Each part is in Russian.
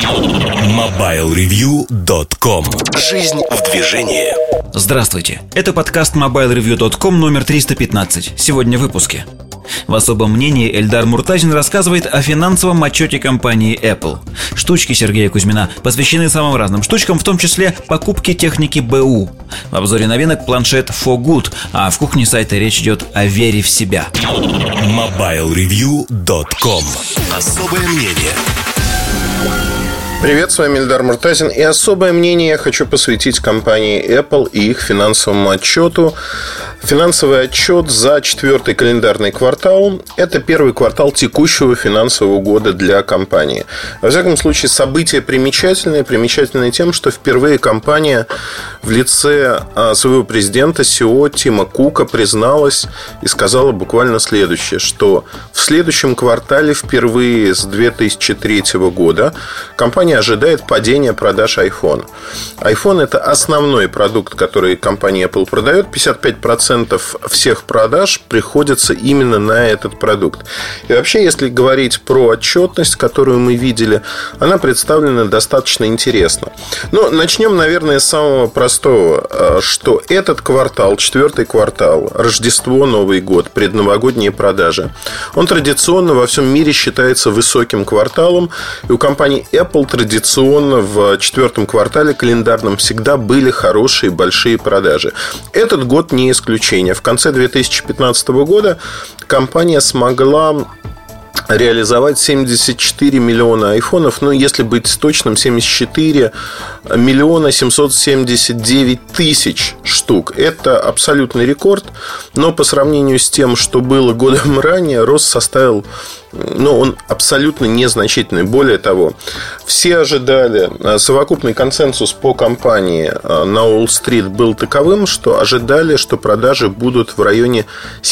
MobileReview.com. Жизнь в движении. Здравствуйте, это подкаст MobileReview.com номер 315. Сегодня в выпуске. В особом мнении Эльдар Муртазин рассказывает о финансовом отчете компании Apple. Штучки Сергея Кузьмина посвящены самым разным штучкам, в том числе покупке техники БУ. В обзоре новинок планшет For Good, а в кухне сайта речь идет о вере в себя. MobileReview.com. Особое мнение. Привет, с вами Эльдар Муртазин. И особое мнение я хочу посвятить компании Apple и их финансовому отчету. Финансовый отчет за четвертый календарный квартал – это первый квартал текущего финансового года для компании. Во всяком случае, событие примечательное. Примечательное тем, что впервые компания в лице своего президента CEO Тима Кука призналась и сказала буквально следующее, что в следующем квартале впервые с 2003 года компания ожидает падения продаж iPhone. iPhone – это основной продукт, который компания Apple продает. 55% всех продаж приходится именно на этот продукт. И вообще, если говорить про отчетность, которую мы видели, она представлена достаточно интересно. Но начнем, наверное, с самого простого, что этот квартал, четвертый квартал, Рождество, Новый год, предновогодние продажи, он традиционно во всем мире считается высоким кварталом. И у компании Apple традиционно в четвертом квартале календарном всегда были хорошие большие продажи. Этот год не исключение. В конце 2015 года компания смогла реализовать 74 миллиона айфонов. Ну, если быть точным, 74 миллиона 779 тысяч штук. Это абсолютный рекорд. Но по сравнению с тем, что было годом ранее, рост составил, он абсолютно незначительный. Более того, все ожидали, совокупный консенсус по компании на Уолл-стрит был таковым, что ожидали, что продажи будут в районе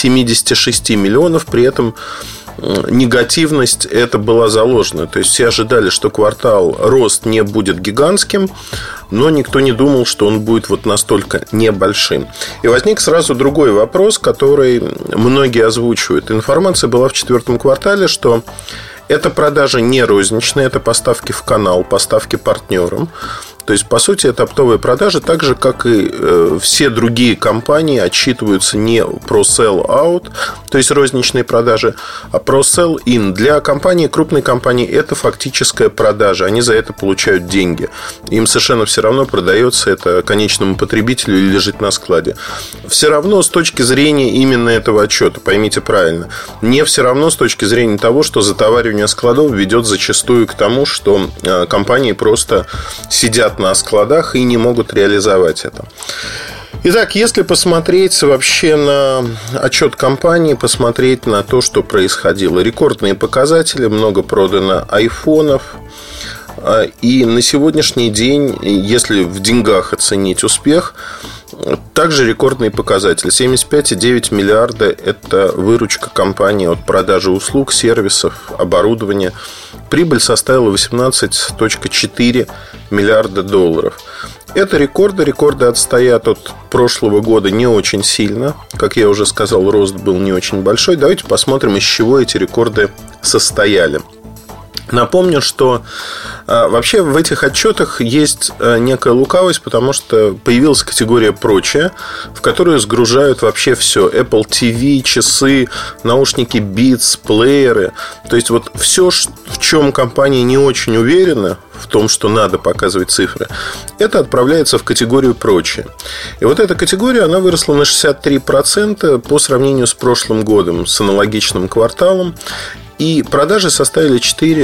76 миллионов. При этом негативность это была заложена. То есть все ожидали, что квартал рост не будет гигантским, но никто не думал, что он будет вот настолько небольшим. И возник сразу другой вопрос, который многие озвучивают. Информация была в четвертом квартале, что это продажи не розничные, это поставки в канал, поставки партнерам. То есть, по сути, это оптовые продажи, так же, как и все другие компании отчитываются не про sell-out, то есть розничные продажи, а про sell-in. Для компании, крупной компании, это фактическая продажа. Они за это получают деньги. Им совершенно все равно, продается это конечному потребителю или лежит на складе. Все равно с точки зрения именно этого отчета, поймите правильно, не все равно с точки зрения того, что затоваривание складов ведет зачастую к тому, что компании просто сидят на складах и не могут реализовать это. Итак, если посмотреть вообще на отчет компании, посмотреть на то, что происходило. Рекордные показатели, много продано айфонов. И на сегодняшний день, если в деньгах оценить успех, также рекордный показатель. 75,9 миллиарда – это выручка компании от продажи услуг, сервисов, оборудования. Прибыль составила 18,4 миллиарда долларов. Это рекорды. Рекорды отстоят от прошлого года не очень сильно. Как я уже сказал, рост был не очень большой. Давайте посмотрим, из чего эти рекорды состояли. Напомню, что вообще в этих отчетах есть некая лукавость, потому что появилась категория «Прочее», в которую сгружают вообще все: Apple TV, часы, наушники Beats, плееры. То есть вот все, в чем компания не очень уверена, в том, что надо показывать цифры, это отправляется в категорию «Прочее». И вот эта категория, она выросла на 63% по сравнению с прошлым годом, с аналогичным кварталом. И продажи составили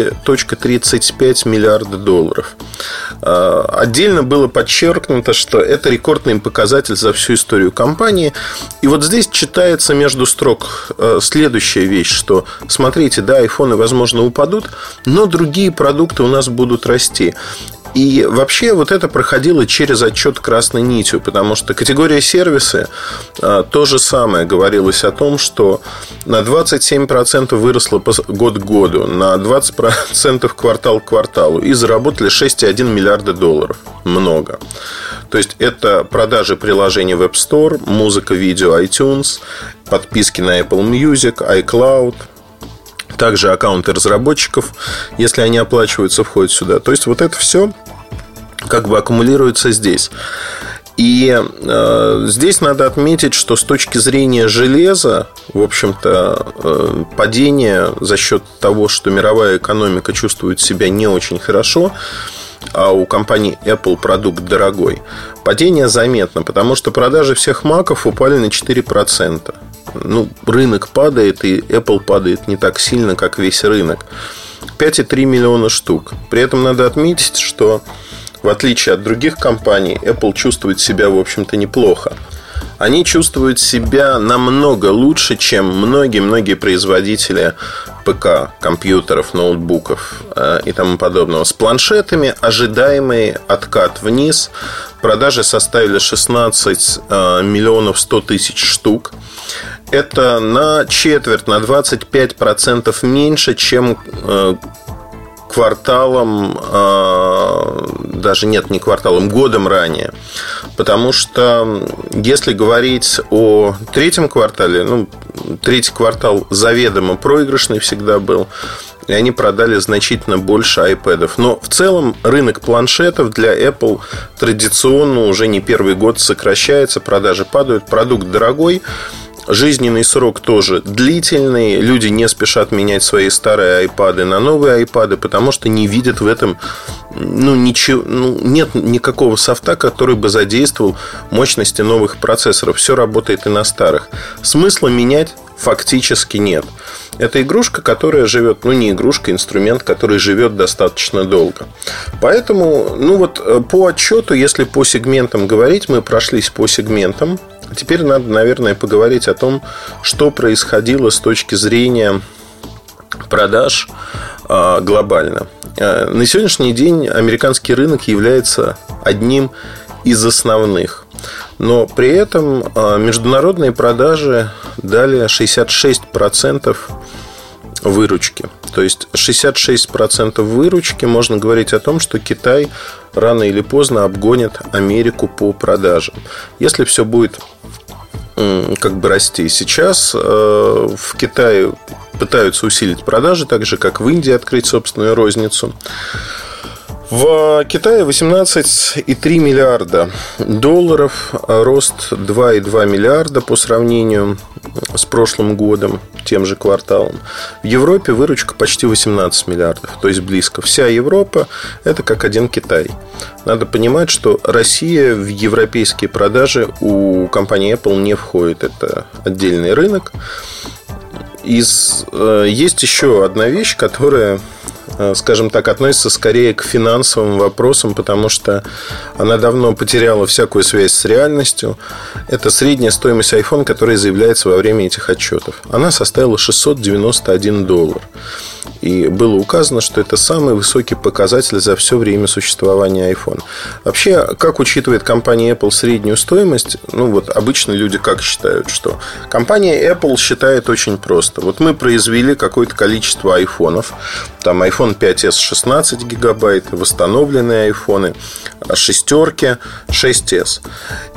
4,35 миллиарда долларов. Отдельно было подчеркнуто, что это рекордный показатель за всю историю компании. И вот здесь читается между строк следующая вещь, что, смотрите, да, айфоны, возможно, упадут, но другие продукты у нас будут расти. И вообще вот это проходило через отчет красной нитью, потому что категория сервисы то же самое. Говорилось о том, что на 27% выросло год к году, на 20% квартал к кварталу, и заработали 6,1 миллиарда долларов. Много. То есть это продажи приложений в App Store, музыка, видео, iTunes, подписки на Apple Music, iCloud. Также аккаунты разработчиков, если они оплачиваются, входят сюда. То есть вот это все как бы аккумулируется здесь. И здесь надо отметить, что с точки зрения железа, в общем-то, падение за счет того, что мировая экономика чувствует себя не очень хорошо, а у компании Apple продукт дорогой, падение заметно, потому что продажи всех маков упали на 4%. Рынок падает, и Apple падает не так сильно, как весь рынок. 5,3 миллиона штук. При этом надо отметить, что в отличие от других компаний, Apple чувствует себя, в общем-то, неплохо. Они чувствуют себя намного лучше, чем многие производители ПК, компьютеров, ноутбуков и тому подобного. С планшетами ожидаемый откат вниз. Продажи составили 16 миллионов 100 тысяч штук. Это на четверть, на 25% меньше, чем кварталом, даже нет, не кварталом, годом ранее. Потому что, если говорить о третьем квартале, третий квартал заведомо проигрышный всегда был, и они продали значительно больше iPad'ов. Но в целом рынок планшетов для Apple традиционно уже не первый год сокращается, продажи падают, продукт дорогой. Жизненный срок тоже длительный. Люди не спешат менять свои старые iPad'ы на новые iPad'ы, потому что не видят в этом ничего, нет никакого софта, который бы задействовал мощности новых процессоров. Все работает и на старых. Смысла менять фактически нет. Это игрушка, которая живет, не игрушка, инструмент, который живет достаточно долго. Поэтому, по отчету, если по сегментам говорить, мы прошлись по сегментам. Теперь надо, наверное, поговорить о том, что происходило с точки зрения продаж глобально. На сегодняшний день американский рынок является одним из основных. Но при этом международные продажи дали 66% выручки. То есть 66% выручки, можно говорить о том, что Китай рано или поздно обгонит Америку по продажам. Если все будет расти. Сейчас в Китае пытаются усилить продажи, так же, как в Индии открыть собственную розницу. В Китае 18,3 миллиарда долларов, рост 2,2 миллиарда по сравнению с прошлым годом, тем же кварталом. В Европе выручка почти 18 миллиардов, то есть близко. Вся Европа – это как один Китай. Надо понимать, что Россия в европейские продажи у компании Apple не входит. Это отдельный рынок. Есть еще одна вещь, которая, скажем так, относится скорее к финансовым вопросам, потому что она давно потеряла всякую связь с реальностью. Это средняя стоимость iPhone, которая заявляется во время этих отчетов. Она составила $691. И было указано, что это самый высокий показатель за все время существования iPhone. Вообще, как учитывает компания Apple среднюю стоимость? Обычно люди как считают, что компания Apple считает очень просто. Вот мы произвели какое-то количество айфонов. Там iPhone 5s 16 гигабайт, восстановленные айфоны, шестерки, 6s. И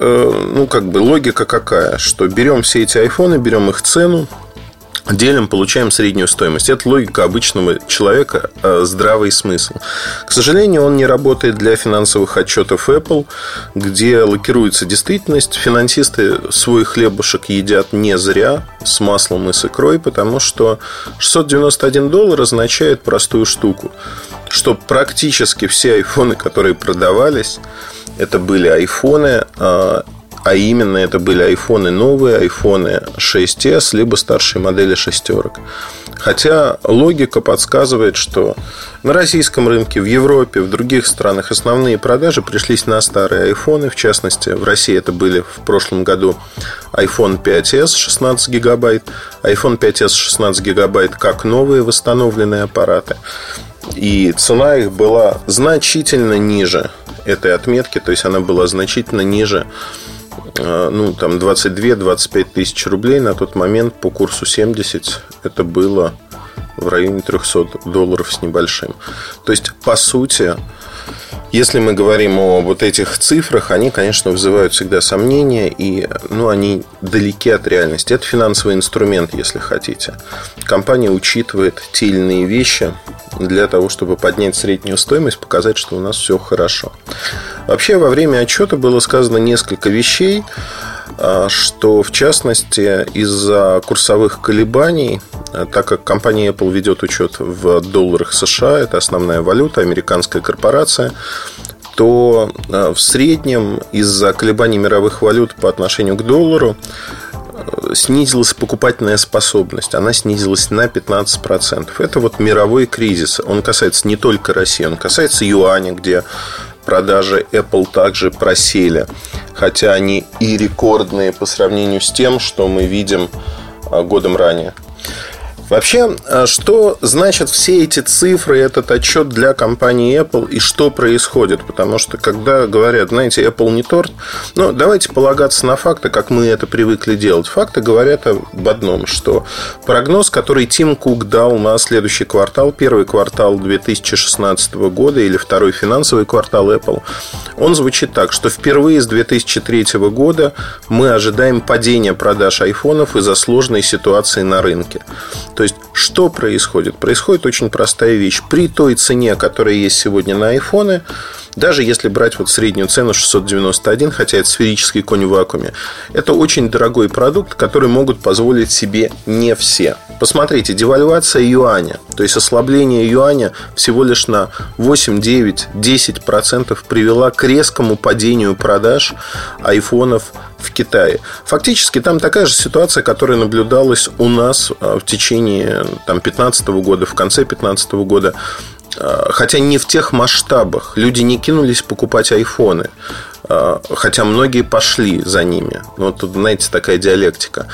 логика какая? Что берем все эти айфоны, берем их цену, делим, получаем среднюю стоимость. Это логика обычного человека, здравый смысл. К сожалению, он не работает для финансовых отчетов Apple, где лакируется действительность. Финансисты свой хлебушек едят не зря, с маслом и с икрой, потому что $691 означает простую штуку, что практически все айфоны, которые продавались, это были айфоны, а именно это были айфоны новые, айфоны 6s, либо старшие модели шестерок. Хотя логика подсказывает, что на российском рынке, в Европе, в других странах основные продажи пришлись на старые айфоны. В частности, в России это были в прошлом году iPhone 5s 16 гигабайт, iPhone 5s 16 гигабайт как новые восстановленные аппараты. И цена их была значительно ниже этой отметки, то есть она была значительно ниже 22-25 тысяч рублей. На тот момент по курсу 70 это было в районе $300 с небольшим. То есть, по сути, если мы говорим о вот этих цифрах, они, конечно, вызывают всегда сомнения, и они далеки от реальности. Это финансовый инструмент, если хотите. Компания учитывает те или иные вещи для того, чтобы поднять среднюю стоимость, показать, что у нас все хорошо. Вообще, во время отчета было сказано несколько вещей, что, в частности, из-за курсовых колебаний, так как компания Apple ведет учет в долларах США, это основная валюта, американская корпорация, то в среднем из-за колебаний мировых валют по отношению к доллару снизилась покупательная способность. Она снизилась на 15%. Это вот мировой кризис. Он касается не только России, он касается юаня, где продажи Apple также просели, хотя они и рекордные по сравнению с тем, что мы видим годом ранее. Вообще, что значат все эти цифры, этот отчет для компании Apple и что происходит? Потому что, когда говорят, знаете, Apple не торт, давайте полагаться на факты, как мы это привыкли делать. Факты говорят об одном, что прогноз, который Тим Кук дал на следующий квартал, первый квартал 2016 года или второй финансовый квартал Apple, он звучит так, что впервые с 2003 года мы ожидаем падения продаж айфонов из-за сложной ситуации на рынке. То есть, что происходит? Происходит очень простая вещь. При той цене, которая есть сегодня на айфоны, даже если брать вот среднюю цену 691, хотя это сферический конь в вакууме, это очень дорогой продукт, который могут позволить себе не все. Посмотрите, девальвация юаня, то есть ослабление юаня всего лишь на 8, 9, 10% привела к резкому падению продаж айфонов в Китае. Фактически там такая же ситуация, которая наблюдалась у нас в течение 2015 года, в конце 2015 года. Хотя не в тех масштабах. Люди не кинулись покупать айфоны, хотя многие пошли за ними. Вот тут, знаете, такая диалектика.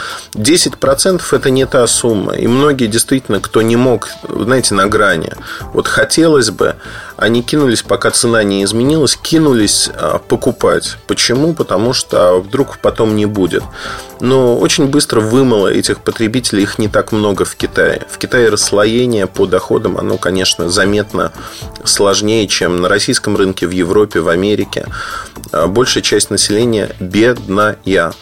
10% это не та сумма. И многие действительно, кто не мог, знаете, на грани. Вот хотелось бы, они кинулись, пока цена не изменилась, кинулись покупать. Почему? Потому что вдруг потом не будет. Но очень быстро вымыло этих потребителей. Их не так много в Китае. В Китае расслоение по доходам, оно, конечно, заметно сложнее, чем на российском рынке, в Европе, в Америке. Большая часть населения бедная.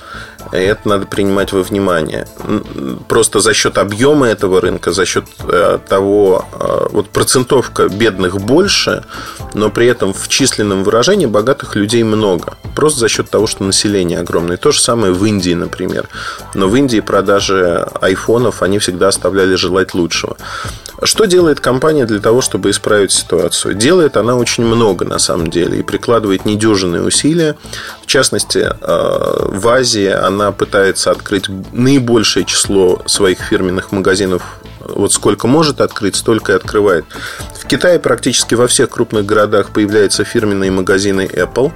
И это надо принимать во внимание. Просто за счет объема этого рынка, за счет того, вот процентовка бедных больше, но при этом в численном выражении богатых людей много. Просто за счет того, что население огромное. То же самое в Индии, например. Но в Индии продажи айфонов, они всегда оставляли желать лучшего. Что делает компания для того, чтобы исправить ситуацию? Делает она очень много, на самом деле, и прикладывает недюжинные усилия. В частности, в Азии она пытается открыть наибольшее число своих фирменных магазинов. Вот сколько может открыть, столько и открывает. В Китае практически во всех крупных городах появляются фирменные магазины Apple.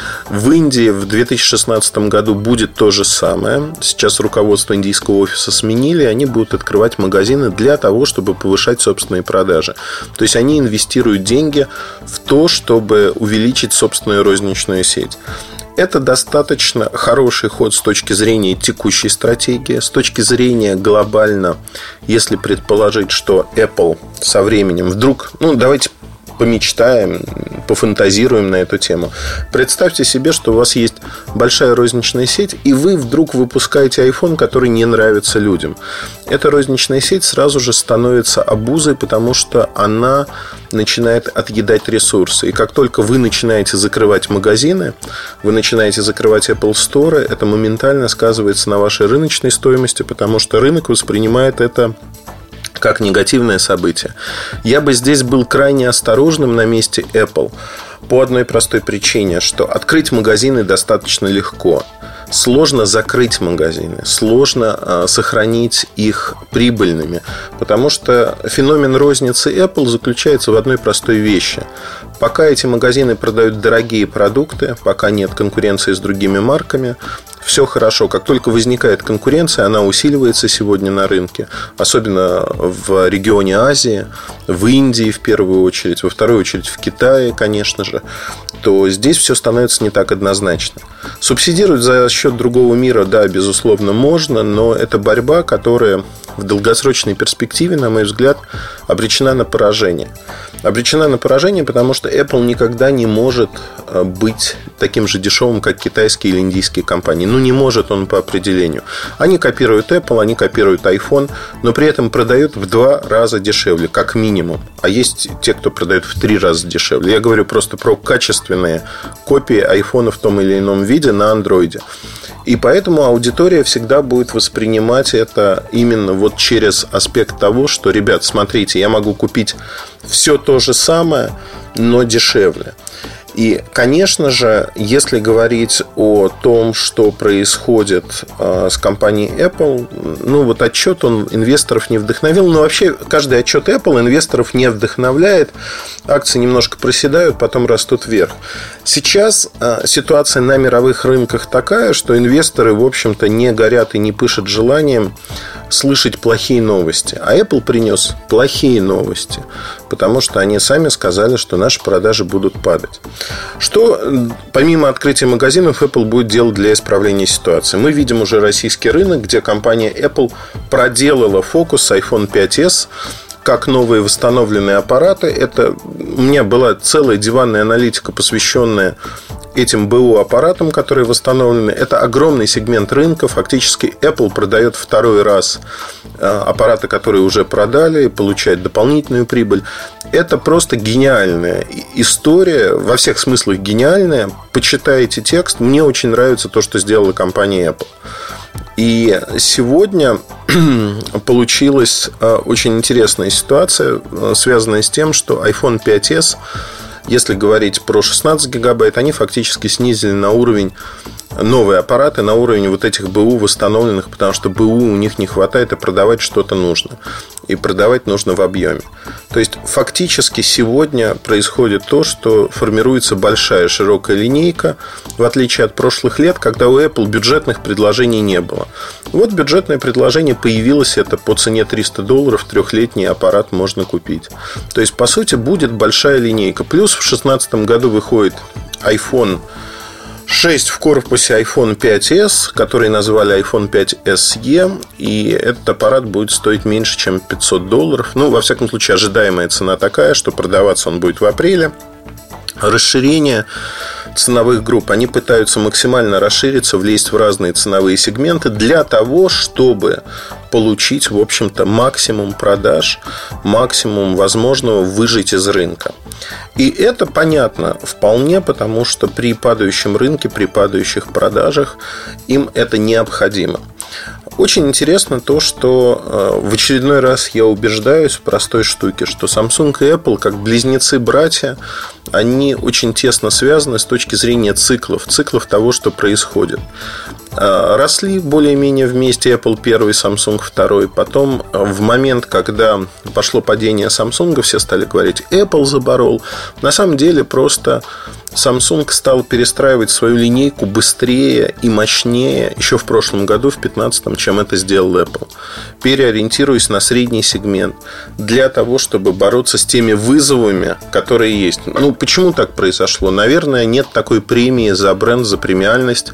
В Индии в 2016 году будет то же самое. Сейчас руководство индийского офиса сменили. Они будут открывать магазины для того, чтобы повышать собственные продажи. То есть они инвестируют деньги в то, чтобы увеличить собственную розничную сеть. Это достаточно хороший ход с точки зрения текущей стратегии. С точки зрения глобально, если предположить, что Apple со временем вдруг, давайте помечтаем, пофантазируем на эту тему. Представьте себе, что у вас есть большая розничная сеть, и вы вдруг выпускаете iPhone, который не нравится людям. Эта розничная сеть сразу же становится обузой, потому что она начинает отъедать ресурсы. И как только вы начинаете закрывать магазины, вы начинаете закрывать Apple Store, это моментально сказывается на вашей рыночной стоимости, потому что рынок воспринимает это как негативное событие. Я бы здесь был крайне осторожным на месте Apple по одной простой причине, что открыть магазины достаточно легко. Сложно закрыть магазины, сложно сохранить их прибыльными, потому что феномен розницы Apple заключается в одной простой вещи. Пока эти магазины продают дорогие продукты, пока нет конкуренции с другими марками, все хорошо. Как только возникает конкуренция, она усиливается сегодня на рынке, особенно в регионе Азии, в Индии в первую очередь, во вторую очередь в Китае, конечно же, то здесь все становится не так однозначно. Субсидировать за счет другого мира, да, безусловно, можно, но это борьба, которая в долгосрочной перспективе, на мой взгляд, обречена на поражение. обречена на поражение, потому что Apple никогда не может быть таким же дешевым, как китайские или индийские компании. Не может он по определению. Они копируют Apple, они копируют iPhone, но при этом продают в 2 раза дешевле, как минимум. А есть те, кто продает в 3 раза дешевле. Я говорю просто про качественные копии iPhone в том или ином виде на Android. И поэтому аудитория всегда будет воспринимать это именно вот через аспект того, что, ребят, смотрите, я могу купить все то же самое, но дешевле. И, конечно же, если говорить о том, что происходит с компанией Apple, вот отчет, он инвесторов не вдохновил. Но вообще, каждый отчет Apple инвесторов не вдохновляет. Акции немножко проседают, потом растут вверх. Сейчас ситуация на мировых рынках такая, что инвесторы, в общем-то, не горят и не пышут желанием слышать плохие новости. А Apple принес плохие новости, потому что они сами сказали, что наши продажи будут падать. Что, помимо открытия магазинов, Apple будет делать для исправления ситуации? Мы видим уже российский рынок, где компания Apple проделала фокус с iPhone 5s как новые восстановленные аппараты. У меня была целая диванная аналитика, посвященная этим БУ аппаратам, которые восстановлены. Это огромный сегмент рынка. Фактически Apple продает второй раз аппараты, которые уже продали, и получает дополнительную прибыль. Это просто гениальная история, во всех смыслах гениальная. Почитайте текст. Мне очень нравится то, что сделала компания Apple. И сегодня получилась очень интересная ситуация, связанная с тем, что iPhone 5s, если говорить про 16 гигабайт, они фактически снизили на уровень новые аппараты, на уровень вот этих БУ восстановленных, потому что БУ у них не хватает, и продавать что-то нужно. И продавать нужно в объеме. То есть фактически сегодня происходит то, что формируется большая широкая линейка, в отличие от прошлых лет, когда у Apple бюджетных предложений не было. Вот бюджетное предложение появилось, это по цене $300 трехлетний аппарат можно купить. То есть по сути будет большая линейка. Плюс в 2016 году выходит iPhone 6 в корпусе iPhone 5s, который назвали iPhone 5 SE. И этот аппарат будет стоить меньше, чем $500. Во всяком случае, ожидаемая цена такая, что продаваться он будет в апреле. Расширение ценовых групп. Они пытаются максимально расшириться, влезть в разные ценовые сегменты для того, чтобы получить, в общем-то, максимум продаж, максимум возможного выжить из рынка. И это понятно вполне, потому что при падающем рынке, при падающих продажах им это необходимо. Очень интересно то, что в очередной раз я убеждаюсь в простой штуке, что Samsung и Apple, как близнецы-братья, они очень тесно связаны с точки зрения циклов того, что происходит. Росли более-менее вместе Apple первый, Samsung второй. Потом в момент, когда пошло падение Samsung, все стали говорить, Apple заборол. На самом деле просто Samsung стал перестраивать свою линейку быстрее и мощнее еще в прошлом году, в 2015, чем это сделал Apple, переориентируясь на средний сегмент для того, чтобы бороться с теми вызовами, которые есть. Почему так произошло? Наверное, нет такой премии за бренд, за премиальность.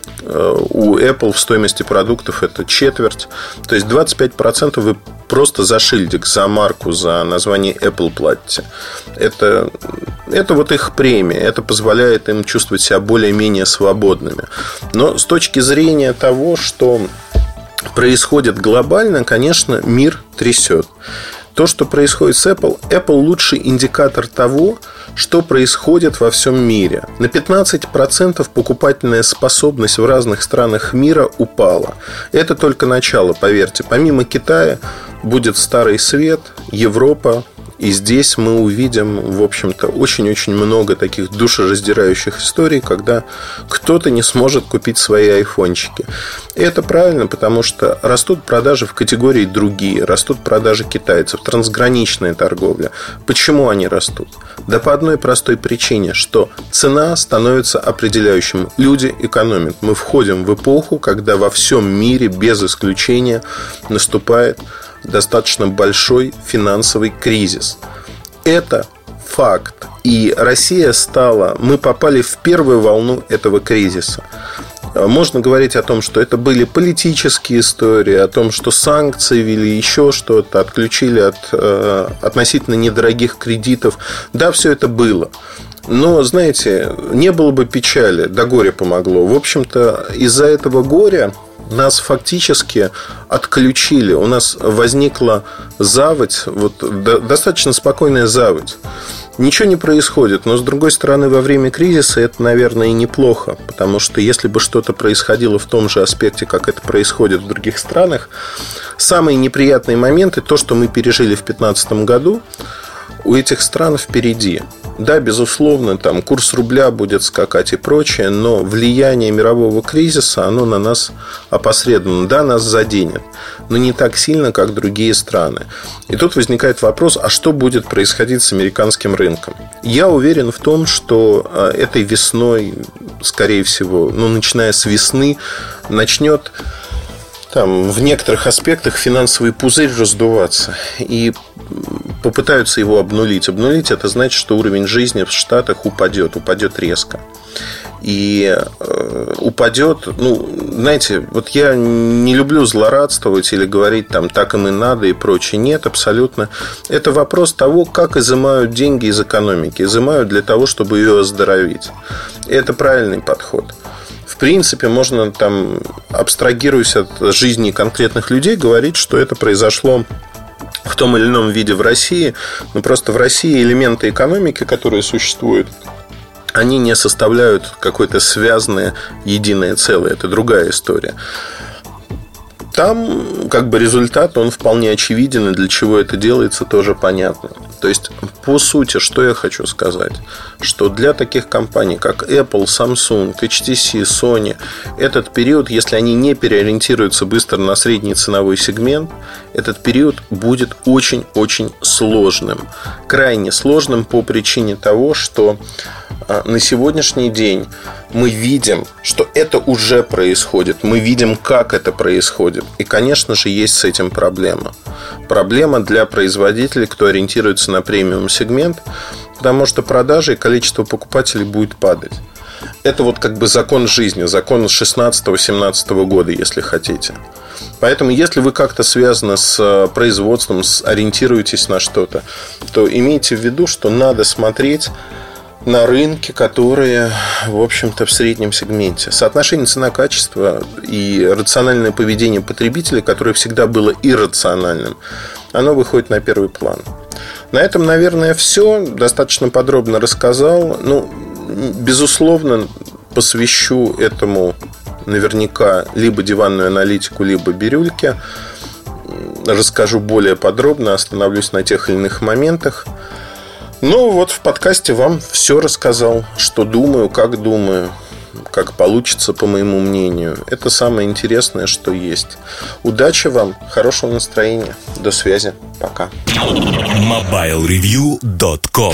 У Apple в стоимости продуктов это четверть. То есть 25% вы просто за шильдик, за марку, за название Apple платите. Это вот их премия. Это позволяет им чувствовать себя более-менее свободными. Но с точки зрения того, что происходит глобально, конечно, мир трясет. То, что происходит с Apple, лучший индикатор того, что происходит во всем мире. На 15% покупательная способность в разных странах мира упала. Это только начало, поверьте. Помимо Китая будет Старый Свет, Европа. И здесь мы увидим, в общем-то, очень-очень много таких душераздирающих историй, когда кто-то не сможет купить свои айфончики. И это правильно, потому что растут продажи в категории другие, растут продажи китайцев, трансграничная торговля. Почему они растут? Да по одной простой причине, что цена становится определяющим. Люди экономят. Мы входим в эпоху, когда во всем мире, без исключения, наступает достаточно большой финансовый кризис. Это факт. И Россия мы попали в первую волну этого кризиса. Можно говорить о том, что это были политические истории, о том, что санкции ввели, еще что-то, отключили от относительно недорогих кредитов. Да, все это было. Но, знаете, не было бы печали, да горе помогло. В общем-то, из-за этого горя нас фактически отключили. У нас возникла заводь, достаточно спокойная заводь. Ничего не происходит, но, с другой стороны, во время кризиса это, наверное, и неплохо. Потому что если бы что-то происходило в том же аспекте, как это происходит в других странах, самые неприятные моменты, то, что мы пережили в 2015 году, у этих стран впереди. Да, безусловно, там курс рубля будет скакать и прочее, но влияние мирового кризиса, оно на нас опосредованно. Да, нас заденет, но не так сильно, как другие страны. И тут возникает вопрос, а что будет происходить с американским рынком? Я уверен в том, что этой весной, скорее всего, начиная с весны, начнет в некоторых аспектах финансовый пузырь раздуваться. И попытаются его обнулить. Обнулить — это значит, что уровень жизни в Штатах упадет резко. И упадет, знаете, я не люблю злорадствовать или говорить так им и надо и прочее. Нет, абсолютно. Это вопрос того, как изымают деньги из экономики. Изымают для того, чтобы ее оздоровить. И это правильный подход. В принципе, можно абстрагируясь от жизни конкретных людей, говорить, что это произошло в том или ином виде в России. Но просто в России элементы экономики, которые существуют, они не составляют какое-то связанное единое целое. Это другая история. Там результат, он вполне очевиден, и для чего это делается, тоже понятно. То есть, по сути, что я хочу сказать, что для таких компаний, как Apple, Samsung, HTC, Sony, этот период, если они не переориентируются быстро на средний ценовой сегмент, этот период будет очень-очень сложным. Крайне сложным по причине того, что на сегодняшний день мы видим, что это уже происходит. Мы видим, как это происходит. И, конечно же, есть с этим проблема. Проблема для производителей, кто ориентируется на премиум-сегмент, потому что продажи и количество покупателей будет падать. Это закон жизни, закон 16-17 года, если хотите. Поэтому, если вы как-то связаны с производством, ориентируетесь на что-то, то имейте в виду, что надо смотреть на рынки, которые, в общем-то, в среднем сегменте. Соотношение цена-качество и рациональное поведение потребителя, которое всегда было иррациональным, оно выходит на первый план. На этом, наверное, все. Достаточно подробно рассказал. Безусловно, посвящу этому наверняка либо диванную аналитику, либо бирюльки. Расскажу более подробно, остановлюсь на тех или иных моментах. В подкасте вам все рассказал, что думаю, как получится, по моему мнению. Это самое интересное, что есть. Удачи вам, хорошего настроения. До связи. Пока. MobileReview.com